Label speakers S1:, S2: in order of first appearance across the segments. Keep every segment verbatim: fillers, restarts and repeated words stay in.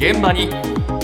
S1: 現場に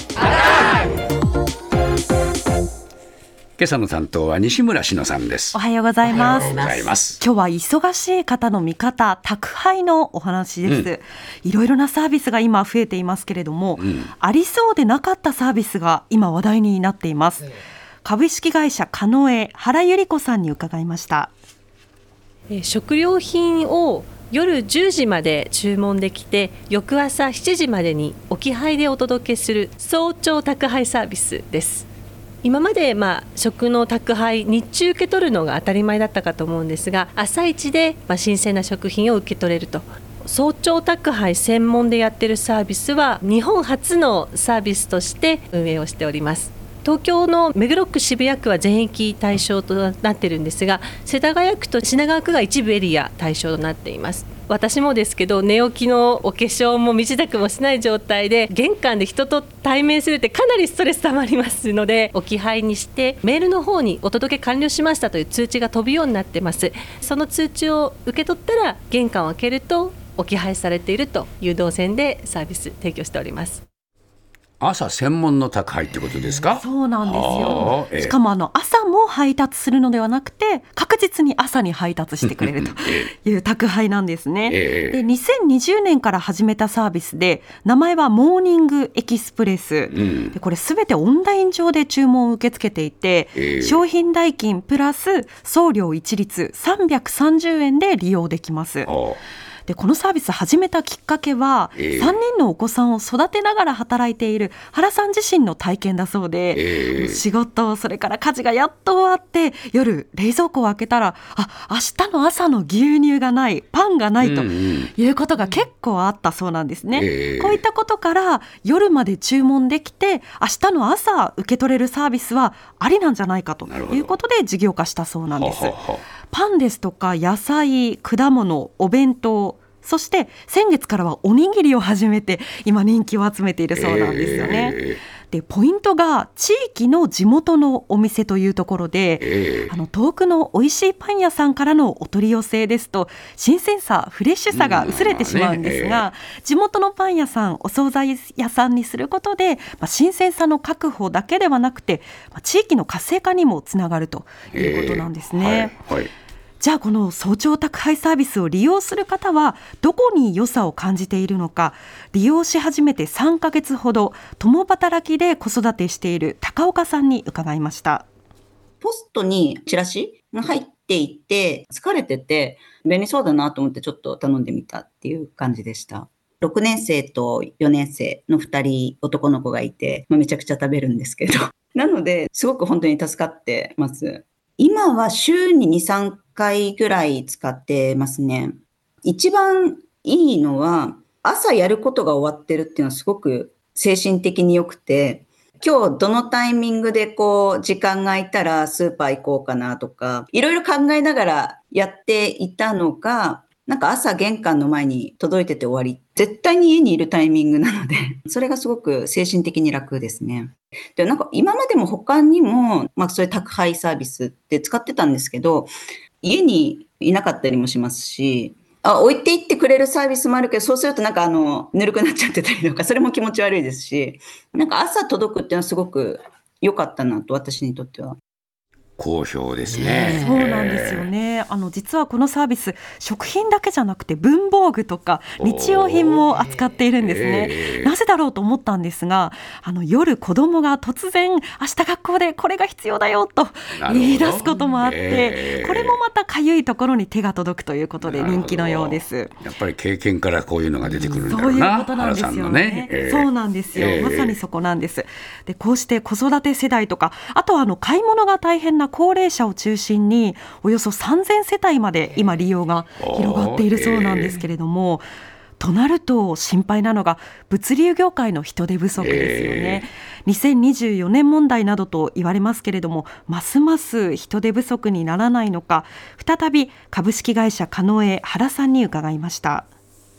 S1: 今朝の担当は西村篠さんです。
S2: おはようございます。
S1: おはようございます。
S2: 今日は忙しい方の味方、宅配のお話です、うん、いろいろなサービスが今増えていますけれども、うん、ありそうでなかったサービスが今話題になっています、うん、株式会社カノエ原由里子さんに伺いました。
S3: 食料品を夜じゅうじまで注文できて、翌朝しちじまでに置き配でお届けする早朝宅配サービスです。今まで、まあ、食の宅配日中受け取るのが当たり前だったかと思うんですが、朝一で、まあ、新鮮な食品を受け取れると。早朝宅配専門でやっているサービスは日本初のサービスとして運営をしております。東京の目黒区渋谷区は全域対象となっているんですが、世田谷区と品川区が一部エリア対象となっています。私もですけど、寝起きのお化粧も身支度もしない状態で玄関で人と対面するってかなりストレス溜まりますので、置き配にしてメールの方にお届け完了しましたという通知が飛ぶようになってます。その通知を受け取ったら玄関を開けると置き配されているという動線でサービス提供しております。
S1: 朝専門の宅配ってことですか？
S2: そうなんですよ。しかもあの朝も配達するのではなくて、確実に朝に配達してくれるという宅配なんですね。でにせんにじゅうねんから始めたサービスで、名前はモーニングエキスプレス、うん、でこれすべてオンライン上で注文を受け付けていて、えー、商品代金プラス送料一律さんびゃくさんじゅうえんで利用できます。でこのサービス始めたきっかけは、えー、さんにんのお子さんを育てながら働いている原さん自身の体験だそうで、えー、仕事それから家事がやっと終わって、夜冷蔵庫を開けたら、あ明日の朝の牛乳がない、パンがないということが結構あったそうなんですね、えー、こういったことから夜まで注文できて明日の朝受け取れるサービスはありなんじゃないかということで事業化したそうなんです。はははパンですとか野菜、果物、お弁当、そして先月からはおにぎりを始めて今人気を集めているそうなんですよね、えー、でポイントが地域の地元のお店というところで、えー、あの遠くの美味しいパン屋さんからのお取り寄せですと新鮮さ、フレッシュさが薄れてしまうんですが、うんね、地元のパン屋さん、お惣菜屋さんにすることで、まあ、新鮮さの確保だけではなくて、まあ、地域の活性化にもつながるということなんですね、えーはいはい。じゃあこの早朝宅配サービスを利用する方はどこに良さを感じているのか、利用し始めてさんかげつほど共働きで子育てしている高岡さんに伺いました。
S4: ポストにチラシが入っていて、疲れてて便利そうだなと思ってちょっと頼んでみたっていう感じでした。ろくねん生とよねん生のふたり男の子がいて、まあ、めちゃくちゃ食べるんですけどなのですごく本当に助かってます。今は週にに、さんかいぐらい使ってますね。一番いいのは朝やることが終わってるっていうのはすごく精神的に良くて、今日どのタイミングでこう時間が空いたらスーパー行こうかなとかいろいろ考えながらやっていたのが、なんか朝玄関の前に届いてて終わり、絶対に家にいるタイミングなのでそれがすごく精神的に楽ですね。でなんか今までも他にも、まあ、そういう宅配サービスって使ってたんですけど、家にいなかったりもしますし、あ置いていってくれるサービスもあるけど、そうするとなんかあのぬるくなっちゃってたりとか、それも気持ち悪いですし、なんか朝届くっていうのはすごく良かったなと、私にとっては。
S1: 好評ですね。
S2: そうなんですよね。あの実はこのサービス、食品だけじゃなくて文房具とか日用品も扱っているんですね、えー、なぜだろうと思ったんですが、あの夜子供が突然明日学校でこれが必要だよと言い出すこともあって、えー、これもまたかゆいところに手が届くということで人気のようです。
S1: やっぱり経験からこういうのが出てくるんだろうな。
S2: そういうことなんですよね、えー、そうなんですよ、えー、まさにそこなんです。でこうして子育て世代とか、あとはあの買い物が大変な高齢者を中心におよそさんぜんせたいまで今利用が広がっているそうなんですけれども、となると心配なのが物流業界の人手不足ですよね、えー、にせんにじゅうよねん問題などと言われますけれども、ますます人手不足にならないのか、再び株式会社カノエ原さんに伺いました。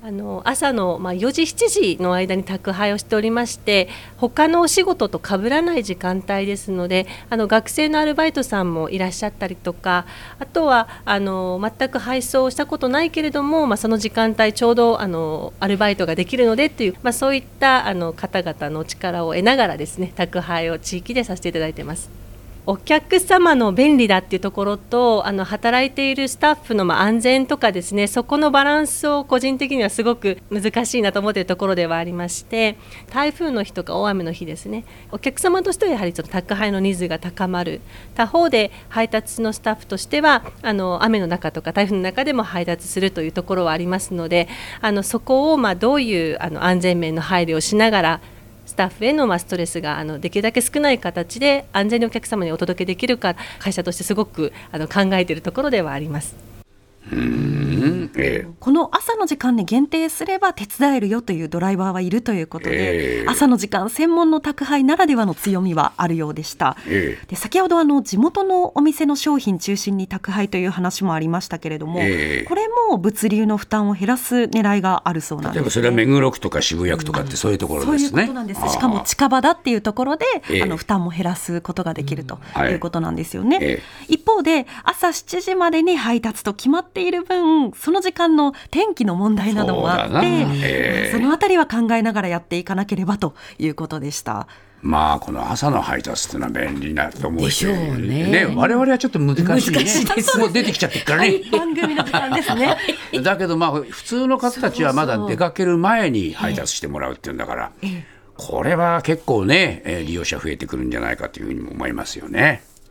S3: あの朝のまあよじしちじの間に宅配をしておりまして、他のお仕事と被らない時間帯ですので、あの学生のアルバイトさんもいらっしゃったりとか、あとはあの全く配送をしたことないけれども、まあ、その時間帯ちょうどあのアルバイトができるのでっていう、まあ、そういったあの方々の力を得ながらですね、宅配を地域でさせていただいています。お客様の便利だっていうところと、あの働いているスタッフのまあ安全とかですね、そこのバランスを個人的にはすごく難しいなと思っているところではありまして、台風の日とか大雨の日ですね、お客様としてはやはりちょっと宅配のニーズが高まる。他方で配達のスタッフとしてはあの雨の中とか台風の中でも配達するというところはありますので、あのそこをまあどういうあの安全面の配慮をしながら、スタッフへのまあストレスがあのできるだけ少ない形で安全にお客様にお届けできるか、会社としてすごくあの考えているところではあります。
S1: うーん、ええ、
S2: この朝の時間に限定すれば手伝えるよというドライバーはいるということで、
S1: えー、
S2: 朝の時間専門の宅配ならではの強みはあるようでした。
S1: えー、
S2: で先ほどあの地元のお店の商品中心に宅配という話もありましたけれども、
S1: えー、
S2: これも物流の負担を減らす狙いがあるそうなんですね。
S1: 例えばそれは目黒区とか渋谷区とかってそういうところですね。
S2: そういうことなんです。しかも近場だっていうところで、
S1: えー、
S2: あの負担も減らすことができるということなんですよね。
S1: はい、え
S2: ー、一方で朝しちじまでに配達と決まっている分、その時間の天気の問題などもあって、えー、そのあたりは考えながらやっていかなければということでした。
S1: まあこの朝の配達っていうのは便利なと思うし、
S5: でしょうね。
S1: ね、我々はちょっと難しいね。
S5: 難しいです。
S1: もう出てきちゃってるからね。
S2: はい、番組の時間ですね。
S1: だけどまあ普通の方たちはまだ出かける前に配達してもらうっていうんだから、これは結構ね、利用者増えてくるんじゃないかというふうにも思いますよね。